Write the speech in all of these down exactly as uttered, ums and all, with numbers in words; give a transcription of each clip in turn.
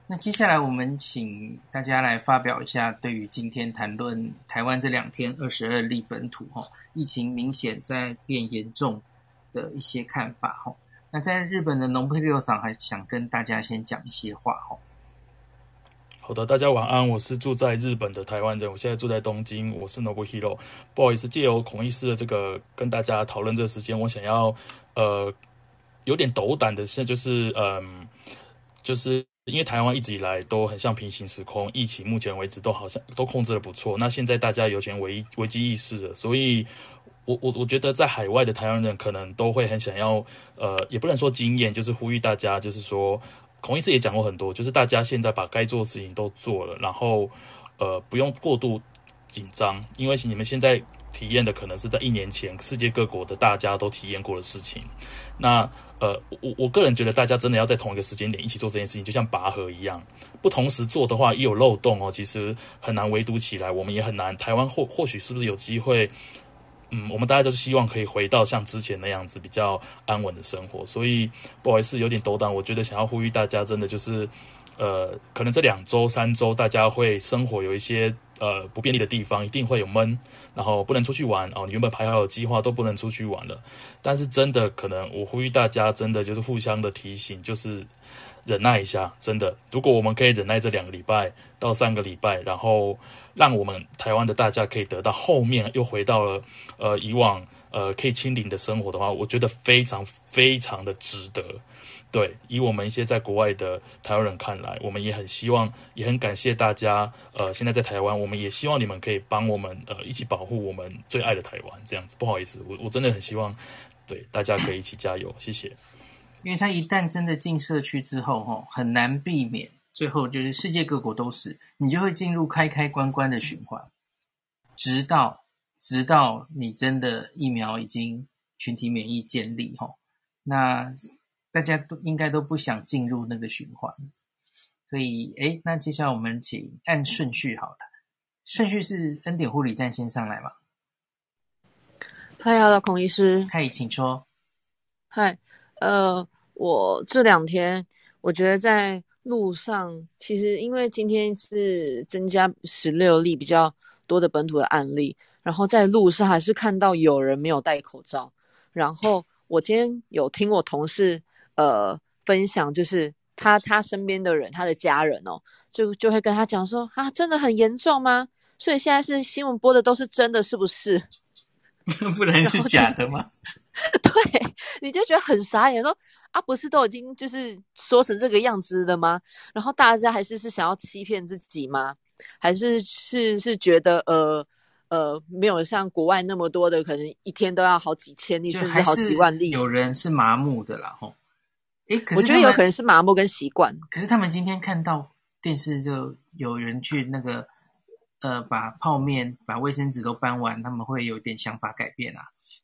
那接下来我们请大家来发表一下对于今天谈论台湾这两天二十二例本土、哦、疫情明显在变严重的一些看法、哦、那在日本的农配六桑还想跟大家先讲一些话、哦、 好的，大家晚安，我是住在日本的台湾人，我现在住在东京，我是 Nobuhiro。不好意思，借由孔医师的这个跟大家讨论这个时间，我想要呃有点斗胆的是，就是嗯，就是因为台湾一直以来都很像平行时空，疫情目前为止都好像都控制的不错，那现在大家有点危危机意识了，所以我我我觉得在海外的台湾人可能都会很想要呃，也不能说经验，就是呼吁大家，就是说。孔医师也讲过很多，就是大家现在把该做的事情都做了，然后呃不用过度紧张，因为你们现在体验的可能是在一年前世界各国的大家都体验过的事情。那呃我我个人觉得大家真的要在同一个时间点一起做这件事情，就像拔河一样，不同时做的话也有漏洞哦，其实很难围堵起来，我们也很难。台湾或或许是不是有机会？嗯，我们大家都是希望可以回到像之前那样子比较安稳的生活，所以不好意思有点斗胆，我觉得想要呼吁大家，真的就是，呃，可能这两周三周大家会生活有一些呃不便利的地方，一定会有闷，然后不能出去玩哦，你原本排好的计划都不能出去玩了，但是真的可能我呼吁大家，真的就是互相的提醒，就是忍耐一下，真的，如果我们可以忍耐这两个礼拜到三个礼拜，然后让我们台湾的大家可以得到后面又回到了呃以往呃可以清零的生活的话，我觉得非常非常的值得。对，以我们一些在国外的台湾人看来，我们也很希望，也很感谢大家。呃，现在在台湾，我们也希望你们可以帮我们呃一起保护我们最爱的台湾。这样子，不好意思，我我真的很希望，对大家可以一起加油，谢谢。 因为它一旦真的进社区之后、哦、很难避免最后就是世界各国都是，你就会进入开开关关的循环，直到直到你真的疫苗已经群体免疫建立、哦、那大家都应该都不想进入那个循环，所以诶，那接下来我们请按顺序好了，顺序是恩典护理站先上来嘛？ 嗨，好的，孔医师。 嗨，请说。 嗨，呃，我这两天我觉得在路上，其实因为今天是增加十六例比较多的本土的案例，然后在路上还是看到有人没有戴口罩。然后我今天有听我同事呃分享，就是他他身边的人，他的家人哦，就就会跟他讲说啊，真的很严重吗？所以现在是新闻播的都是真的，是不是？ 不然是假的吗？ 对，你就觉得很傻眼，说啊，不是都已经就是说成这个样子了吗？然后大家还是是想要欺骗自己吗？还是是是觉得呃呃没有像国外那么多的，可能一天都要好几千例，甚至好几万例？ 有人是麻木的啦，吼。诶，可是我觉得有可能是麻木跟习惯。 可是他们今天看到电视，就有人去那个呃把泡面、把卫生纸都搬完，他们会有点想法改变啊。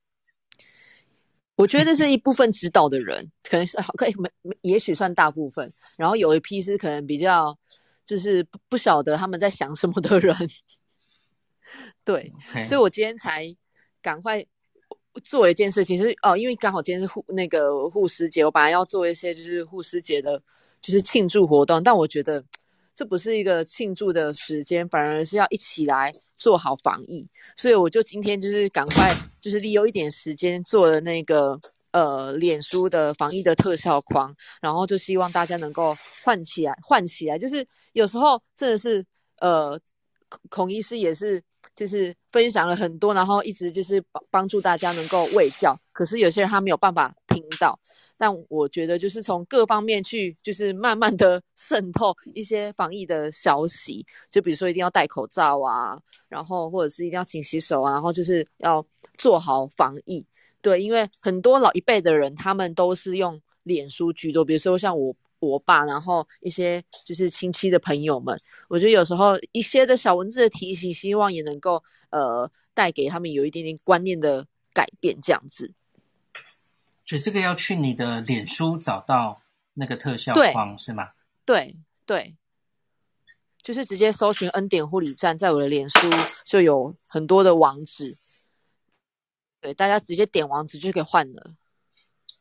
我觉得这是一部分指导的人，可能是可以，也许算大部分。然后有一批是可能比较，就是不不晓得他们在想什么的人。对， okay. 所以我今天才赶快做一件事情，是哦，因为刚好今天是护那个护士节，我本来要做一些就是护士节的，就是庆祝活动，但我觉得这不是一个庆祝的时间，反而是要一起来做好防疫，所以我就今天就是赶快就是利用一点时间做了那个呃脸书的防疫的特效框，然后就希望大家能够换起来换起来，就是有时候真的是呃孔医师也是就是分享了很多，然后一直就是帮助大家能够卫教，可是有些人他没有办法听到，但我觉得就是从各方面去就是慢慢的渗透一些防疫的消息，就比如说一定要戴口罩啊，然后或者是一定要勤洗手啊，然后就是要做好防疫。对，因为很多老一辈的人他们都是用脸书居多，比如说像我我爸，然后一些就是亲戚的朋友们，我觉得有时候一些的小文字的提醒，希望也能够呃带给他们有一点点观念的改变，这样子。 所以这个要去你的脸书找到那个特效框是吗？ 对对，就是直接搜寻恩典护理站，在我的脸书就有很多的网址，对，大家直接点网址就可以换了。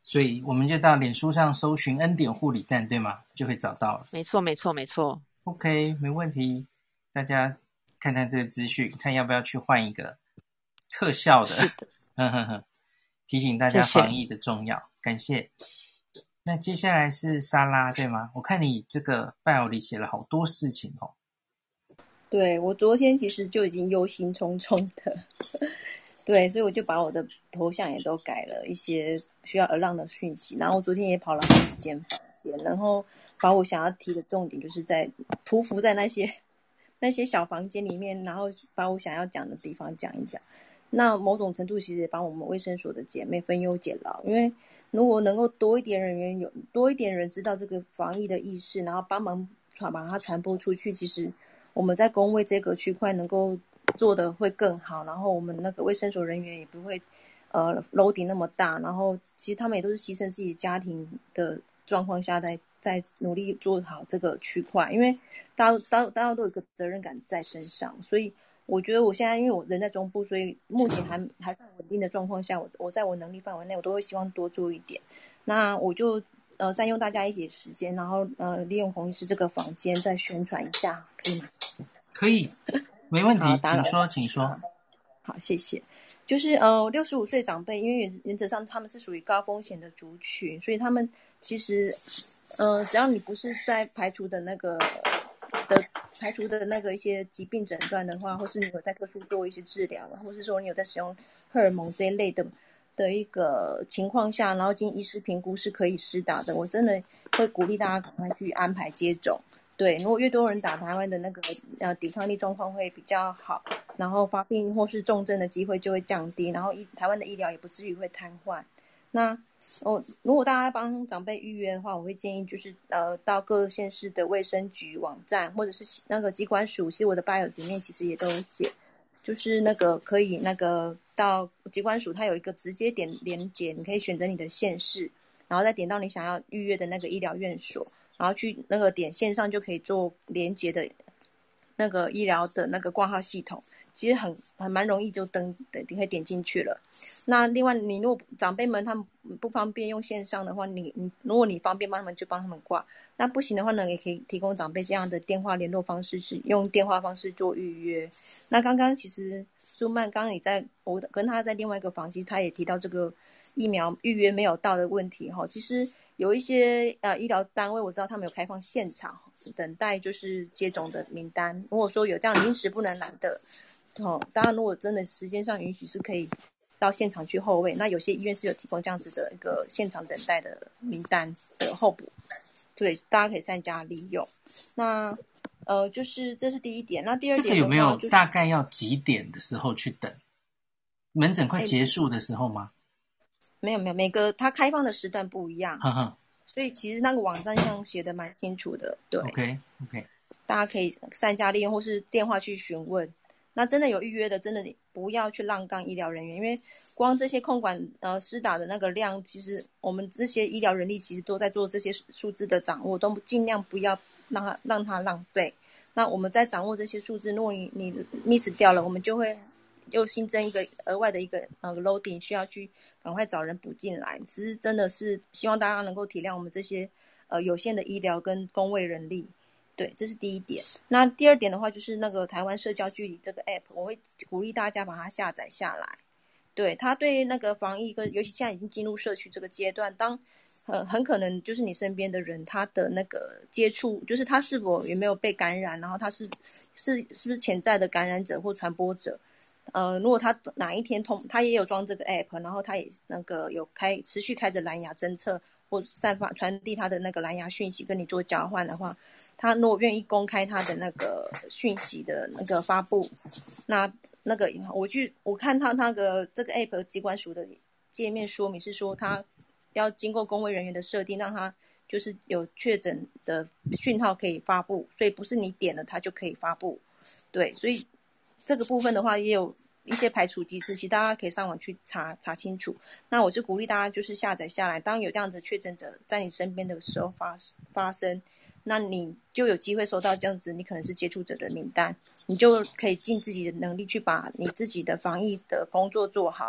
所以我们就到脸书上搜寻恩典护理站，对吗？就会找到了。 没错，没错，没错。 OK， 没问题。大家看看这个资讯，看要不要去换一个特效的。 是的， 呵呵呵，提醒大家防疫的重要。谢谢，感谢。那接下来是莎拉，对吗？我看你这个 bio 里写了好多事情哦。 对，我昨天其实就已经忧心忡忡的，对，所以我就把我的头像也都改了一些需要 alarm 的讯息，然后昨天也跑了好几间房间，然后把我想要提的重点就是在匍匐在那些那些小房间里面，然后把我想要讲的地方讲一讲。那某种程度其实也帮我们卫生所的姐妹分忧解劳，因为如果能够多一点人员有多一点人知道这个防疫的意识，然后帮忙传把它传播出去，其实我们在公卫这个区块能够做的会更好，然后我们那个卫生所人员也不会呃 loading 那么大，然后其实他们也都是牺牲自己家庭的状况下在在努力做好这个区块，因为大家大大家都有一个责任感在身上，所以我觉得我现在因为我人在中部，所以目前还还算稳定的状况下，我我在我能力范围内，我都会希望多做一点。那我就呃占用大家一点时间，然后呃利用洪医师这个房间再宣传一下，可以吗？ 可以，没问题，请说，请说。 好，谢谢。就是呃，六十五岁长辈，因为原原则上他们是属于高风险的族群，所以他们其实呃，只要你不是在排除的那个的排除的那个一些疾病诊断的话，或是你有在各处做一些治疗，或是说你有在使用荷尔蒙这一类的的一个情况下，然后经医师评估是可以施打的，我真的会鼓励大家赶快去安排接种。对，如果越多人打，台湾的那个呃抵抗力状况会比较好，然后发病或是重症的机会就会降低，然后医台湾的医疗也不至于会瘫痪。那哦，如果大家帮长辈预约的话，我会建议就是呃到各县市的卫生局网站或者是那个机关署，其实我的 bio 里面其实也都有写，就是那个可以那个到机关署，它有一个直接点连结，你可以选择你的县市，然后再点到你想要预约的那个医疗院所。然后去那个点线上就可以做连结的那个医疗的那个挂号系统，其实很很蛮容易就登你可以点进去了。那另外你如果长辈们他们不方便用线上的话，你你如果你方便帮他们就帮他们挂，那不行的话呢，也可以提供长辈这样的电话联络方式，是用电话方式做预约。那刚刚其实朱曼刚刚也在我跟他在另外一个房间，他也提到这个疫苗预约没有到的问题哈，其实有一些呃医疗单位我知道他们有开放现场等待就是接种的名单，如果说有这样临时不能来的哦，当然如果真的时间上允许是可以到现场去候位，那有些医院是有提供这样子的一个现场等待的名单的候补，对，大家可以善加利用。那呃就是这是第一点，那第二点的话、就是、 这个有没有大概要几点的时候去等？门诊快结束的时候吗？ 没有没有，每个它开放的时段不一样， 呵呵， 所以其实那个网站上写的蛮清楚的，对 ，OK OK， 大家可以善加利用，或是电话去询问。那真的有预约的，真的不要去浪杠医疗人员，因为光这些控管呃施打的那个量，其实我们这些医疗人力其实都在做这些数字的掌握，都尽量不要让它让它浪费。那我们在掌握这些数字，如果你你 miss 掉了，我们就会又新增一个额外的一个呃 loading， 需要去赶快找人补进来。其实真的是希望大家能够体谅我们这些呃有限的医疗跟公卫人力。对，这是第一点。那第二点的话，就是那个台湾社交距离这个 app， 我会鼓励大家把它下载下来。对，它对那个防疫跟尤其现在已经进入社区这个阶段，当很很可能就是你身边的人他的那个接触，就是他是否有没有被感染，然后他是是是不是潜在的感染者或传播者。呃，如果他哪一天通，他也有装这个 app， 然后他也那个有开持续开着蓝牙侦测或散发传递他的那个蓝牙讯息跟你做交换的话，他如果愿意公开他的那个讯息的那个发布，那那个我去我看他那个这个 app 机关署的界面说明是说，他要经过公卫人员的设定，让他就是有确诊的讯号可以发布，所以不是你点了他就可以发布。对，所以这个部分的话也有一些排除机制，其实大家可以上网去查查清楚。那我是鼓励大家就是下载下来，当有这样子确诊者在你身边的时候发发生，那你就有机会收到这样子你可能是接触者的名单，你就可以尽自己的能力去把你自己的防疫的工作做好，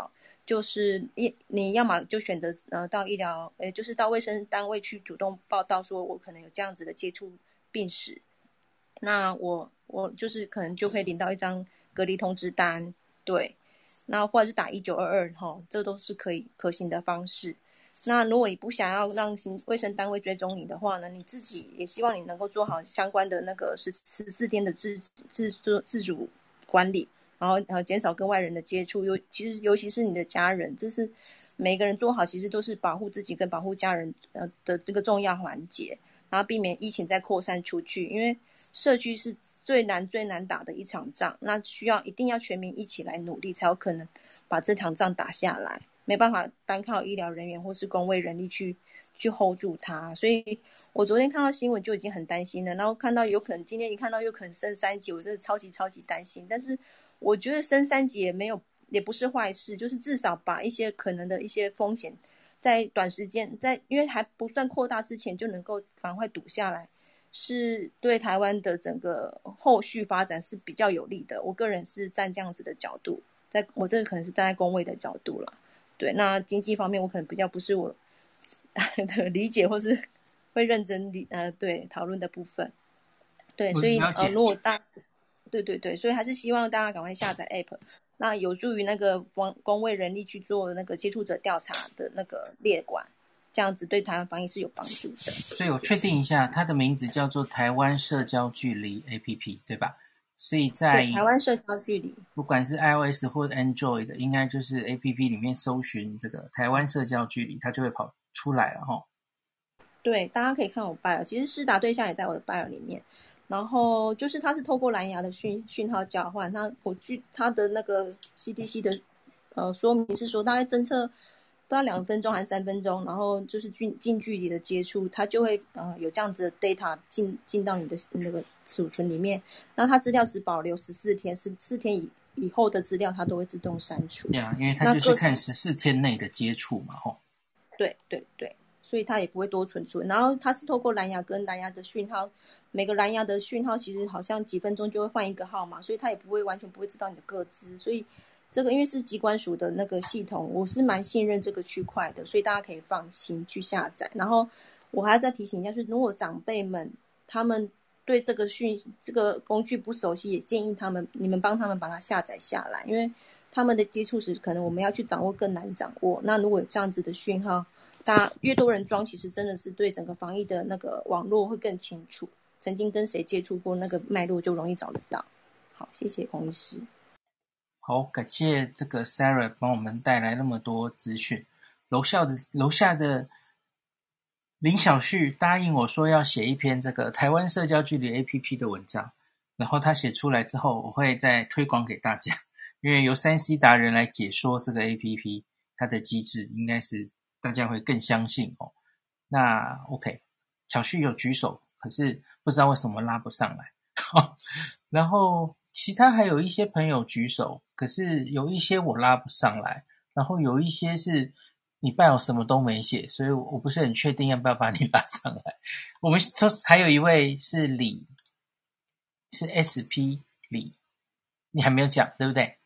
就是一你要么就选择呃到医疗，呃就是到卫生单位去主动报道，说我可能有这样子的接触病史，那我我就是可能就可以领到一张隔离通知单，对，那或者是打一九二二哈，这都是可以可行的方式。那如果你不想要让行卫生单位追踪你的话呢，你自己也希望你能够做好相关的那个十十四天的自自自自主管理，然后呃减少跟外人的接触，尤其实尤其是你的家人，这是每个人做好，其实都是保护自己跟保护家人呃的这个重要环节，然后避免疫情再扩散出去，因为社区是最难最难打的一场仗，那需要一定要全民一起来努力，才有可能把这场仗打下来。没办法单靠医疗人员或是公卫人力去去 hold 住它，所以我昨天看到新闻就已经很担心了，然后看到有可能今天一看到又可能升三级，我真的超级超级担心。但是我觉得升三级也没有也不是坏事，就是至少把一些可能的一些风险在短时间在因为还不算扩大之前就能够赶快堵下来，是对台湾的整个后续发展是比较有利的。我个人是站这样子的角度，在我这个可能是站在公卫的角度啦。对，那经济方面我可能比较不是我的理解或是会认真理呃对讨论的部分。对，所以呃如果大对对对，所以还是希望大家赶快下载 app， 那有助于那个公公卫人力去做那个接触者调查的那个列管，这样子对台湾防疫是有帮助的。 所以我确定一下，它的名字叫做台湾社交距离 A P P 对吧？所以在台湾社交距离， 不管是 iOS 或 Android 的，应该就是 A P P 里面搜寻这个台湾社交距离，它就会跑出来了齁。 对，大家可以看我 bio， 其实施打对象也在我的 bio 里面。然后就是它是透过蓝牙的讯讯号交换，它我据它的那个 C D C 的呃说明是说，大概侦测不知道两分钟还是三分钟，然后就是近近距离的接触，它就会呃有这样子的 data 进进到你的那个储存里面。那它资料只保留十四天，十四天以以后的资料它都会自动删除。 对啊，因为它就是看十四天内的接触嘛，吼。 对对对。所以它也不会多存储，然后它是透过蓝牙跟蓝牙的讯号，每个蓝牙的讯号其实好像几分钟就会换一个号码，所以它也不会完全不会知道你的个资，所以这个因为是疾管署的那个系统，我是蛮信任这个区块的，所以大家可以放心去下载。然后我还要再提醒一下，就是如果长辈们他们对这个讯这个工具不熟悉，也建议他们你们帮他们把它下载下来，因为他们的接触时可能我们要去掌握更难掌握，那如果有这样子的讯号，大家越多人装，其实真的是对整个防疫的那个网络会更清楚，曾经跟谁接触过那个脉络就容易找得到。好，谢谢孔医师。 好，感谢这个 Sarah 帮我们带来那么多资讯。楼下的楼下的林小旭答应我说要写一篇这个台湾社交距离 A P P 的文章，然后他写出来之后，我会再推广给大家，因为由 三 C 达人来解说这个 A P P 它的机制，应该是大家会更相信哦。那 OK， 小旭有举手，可是不知道为什么拉不上来。然后其他还有一些朋友举手，可是有一些我拉不上来，然后有一些是你bio什么都没写，所以我不是很确定要不要把你拉上来。我们说还有一位是李，是 S P 李，你还没有讲对不对？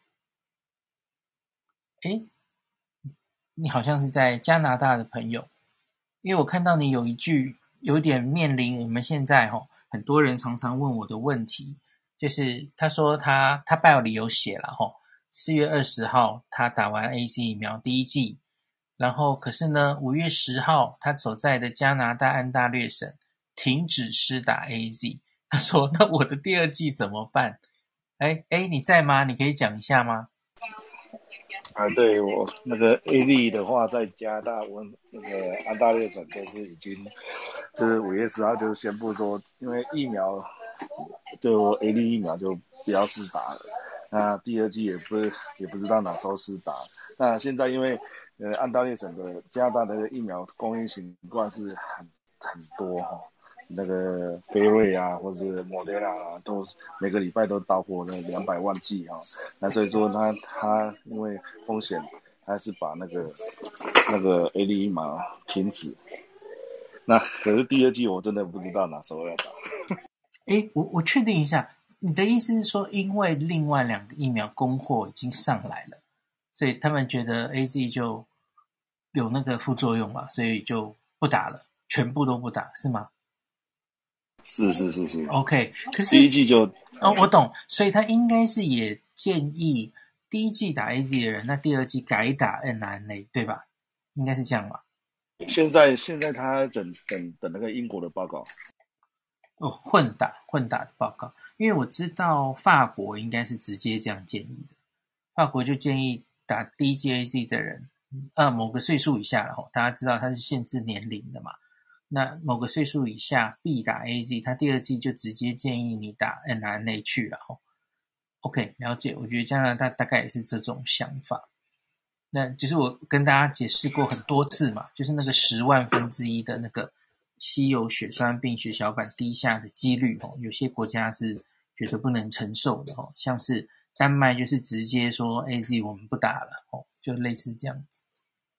诶，你好像是在加拿大的朋友，因为我看到你有一句有点面临我们现在齁很多人常常问我的问题，就是他说他他 bio 里有写了齁四月二十号他打完 A Z 疫苗第一剂，然后可是呢五月十号他所在的加拿大安大略省停止施打 A Z， 他说那我的第二剂怎么办？诶诶，你在吗？你可以讲一下吗？ 啊，对，我那个 A Z 的话，在加拿大，我那个安大略省就是已经，就是五月十号就宣布说，因为疫苗，就 A Z 疫苗就不要施打了，那第二剂也不也不知道哪时候施打。那现在因为呃安大略省的加拿大的疫苗供应情况是很很多哈。那个菲瑞啊，或者是莫德纳啊，都每个礼拜都到货那两百万剂哈、哦。那所以说他他因为风险，还是把那个那个 A Z 疫苗停止。那可是第二剂我真的不知道哪时候要打。 诶，我我确定一下，你的意思是说，因为另外两个疫苗供货已经上来了， 所以他们觉得 A Z 就有那个副作用嘛，所以就不打了，全部都不打，是吗？ 是是是是 OK， 可是第一季就哦，我懂，所以他应该是也建议第一季打 A Z 的人，那第二季改打 N R N A， 对吧？应该是这样吧？ 现在现在他等等等那个英国的报告。 哦，混打混打的报告，因为我知道法国应该是直接这样建议的，法国就建议打第一剂 A Z 的人，呃，某个岁数以下了吼，大家知道它是限制年龄的嘛，那某个岁数以下必打 A Z， 他第二剂就直接建议你打 N R N A 去了吼。OK， 了解，我觉得加拿大大概也是这种想法。那就是我跟大家解释过很多次嘛，就是那个十万分之一的那个稀有血栓病血小板低下的几率哦，有些国家是觉得不能承受的哦，像是丹麦就是直接说 A Z 我们不打了哦，就类似这样子。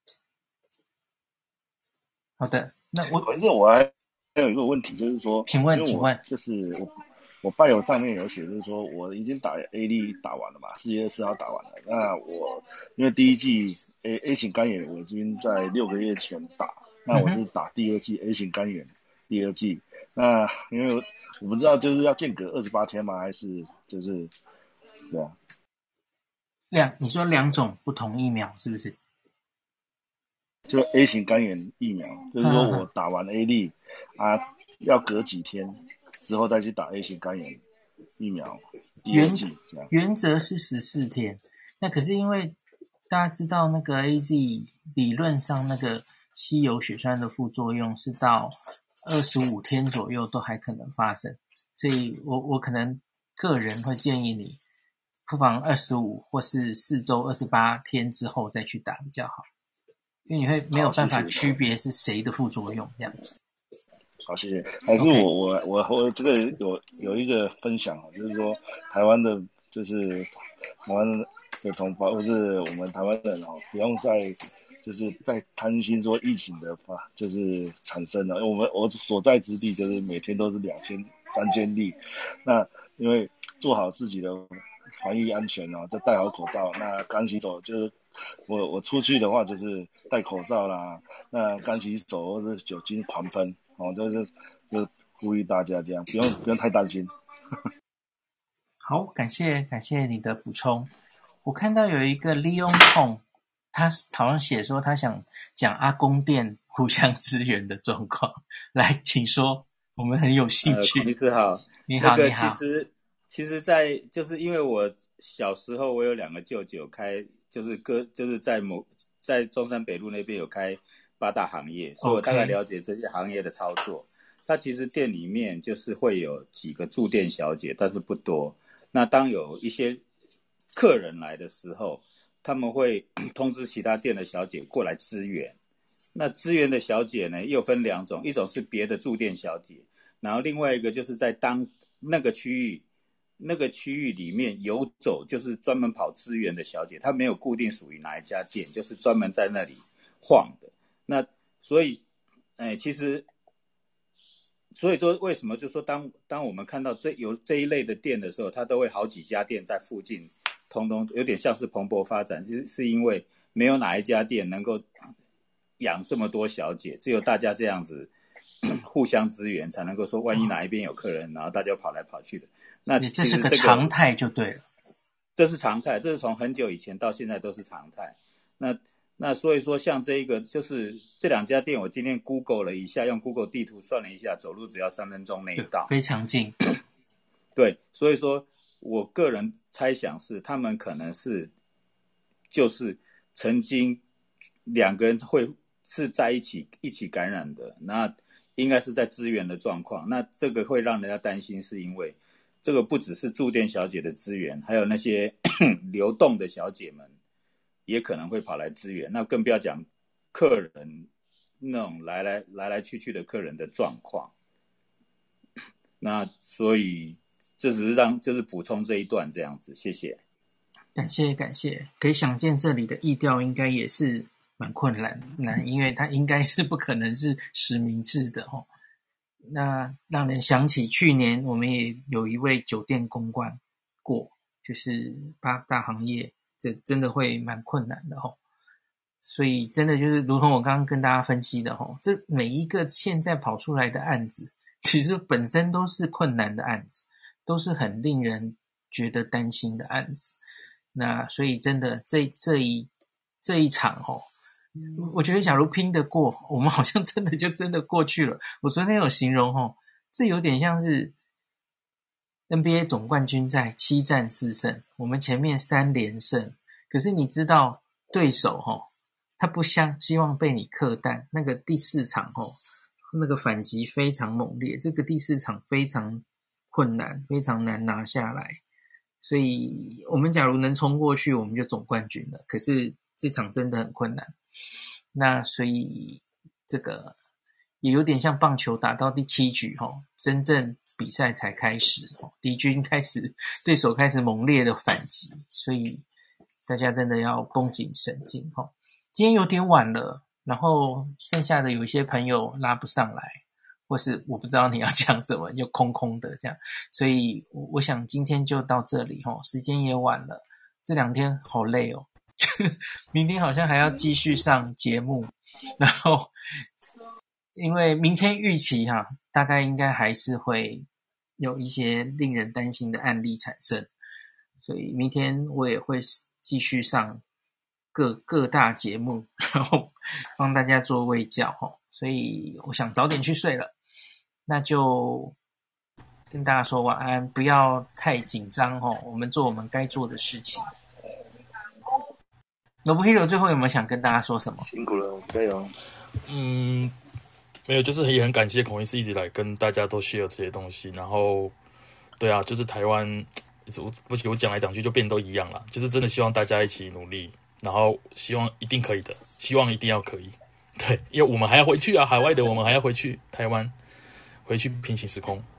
好的，那我可是我还还有一个问题，就是说， 请问请问， 就是我我伴友上面有写，就是说我已经打 A 粒打完了嘛，四月二十号打完了。那我因为第一剂 A A 型肝炎我已经在六个月前打，那我是打第二剂 A 型肝炎第二剂。那因为我不知道就是要间隔二十八天吗？还是就是对啊？ 两你说两种不同疫苗是不是？ 就 A 型肝炎疫苗，就是说我打完 A 粒啊，要隔几天之后再去打 A 型肝炎疫苗第二剂这样。 原则是十四天，那可是因为大家知道那个 A Z 理论上那个稀有血栓的副作用是到二十五天左右都还可能发生，所以我我可能个人会建议你不妨二十五或是四周二十八天之后再去打比较好，因为你会没有办法区别是谁的副作用这样子。 好，谢谢。还是我我我我这个有有一个分享，就是说台湾的，就是台湾的同胞，或是我们台湾人哦，不用再就是再担心说疫情的发就是产生了。我们我所在之地就是每天都是两千三千例，那因为做好自己的防疫安全哦，就戴好口罩，那干洗手就是我我出去的话就是戴口罩啦，那干洗手或是酒精狂喷。哦，就是就呼吁大家这样，不用不用太担心。 好，感谢感谢你的补充。我看到有一个 Leon Kong， 他好像写说他想讲阿公店互相支援的状况，来，请说，我们很有兴趣。 呃，孔医师好， 你好， 那个、 你好。 其实其实在，在就是因为我小时候我有两个舅舅开，就是哥就是在某在中山北路那边有开八大行业，所以我大概了解这些行业的操作。Okay. 它其实店里面就是会有几个驻店小姐，但是不多。那当有一些客人来的时候，他们会通知其他店的小姐过来支援。那支援的小姐呢，又分两种，一种是别的驻店小姐，然后另外一个就是在当那个区域那个区域里面游走，就是专门跑支援的小姐，她没有固定属于哪一家店，就是专门在那里晃的。那所以，哎，其实，所以说为什么就说当当我们看到这有这一类的店的时候，它都会好几家店在附近，通通有点像是蓬勃发展，就是是因为没有哪一家店能够养这么多小姐，只有大家这样子互相支援，才能够说万一哪一边有客人，然后大家跑来跑去的。那这是个常态就对了， 这是常态，这是从很久以前到现在都是常态。那那所以说，像这一个就是这两家店，我今天 Google 了一下，用 Google 地图算了一下，走路只要三分钟内到， 非常近。 对，所以说我个人猜想是，他们可能是就是曾经两个人会是在一起一起感染的，那应该是在支援的状况。那这个会让人家担心，是因为这个不只是驻店小姐的支援，还有那些流动的小姐们。也可能会跑来支援，那更不要讲客人那种来来来来去去的客人的状况。那所以这只是让就是补充这一段这样子，谢谢。 感谢感谢，可以想见这里的疫调应该也是蛮困难难，因为它应该是不可能是实名制的哦。那让人想起去年我们也有一位酒店公关过，就是八大行业。 这真的会蛮困难的吼。所以真的就是如同我刚刚跟大家分析的吼，这每一个现在跑出来的案子，其实本身都是困难的案子，都是很令人觉得担心的案子。那所以真的这这一这一场吼，我觉得假如拼得过，我们好像真的就真的过去了。我昨天有形容吼，这有点像是 N B A 总冠军赛七战四胜，我们前面三连胜，可是你知道对手吼，他不想希望被你克弹，那个第四场吼，那个反击非常猛烈，这个第四场非常困难，非常难拿下来。所以我们假如能冲过去，我们就总冠军了。可是这场真的很困难，那所以这个也有点像棒球打到第七局齁，真正比赛才开始齁，敌军开始对手开始猛烈的反击，所以大家真的要绷紧神经齁。今天有点晚了，然后剩下的有一些朋友拉不上来，或是我不知道你要讲什么，就空空的这样，所以我想今天就到这里齁，时间也晚了，这两天好累哦，明天好像还要继续上节目，然后因为明天预期哈，大概应该还是会有一些令人担心的案例产生，所以明天我也会继续上各各大节目，然后帮大家做卫教齁，所以我想早点去睡了。那就跟大家说晚安，不要太紧张齁，我们做我们该做的事情。Nobuhiro 最后有没有想跟大家说什么？ 辛苦了，加油。 嗯，没有，就是也很感谢孔医师一直来跟大家都 share 这些东西。然后，对啊，就是台湾，我我讲来讲去就变都一样啦，就是真的希望大家一起努力，然后希望一定可以的，希望一定要可以。对，因为我们还要回去啊，海外的我们还要回去台湾，回去平行时空。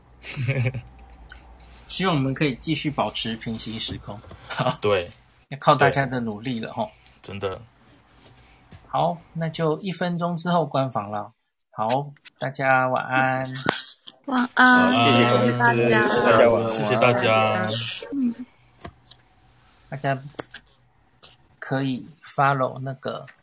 希望我们可以继续保持平行时空。 对， 要靠大家的努力了齁。 真的。 好，那就一分钟之后关房了。好，大家晚安。 晚安， 谢谢谢谢大家， 大家晚安， 谢谢大家。 嗯， 大家可以 follow 那个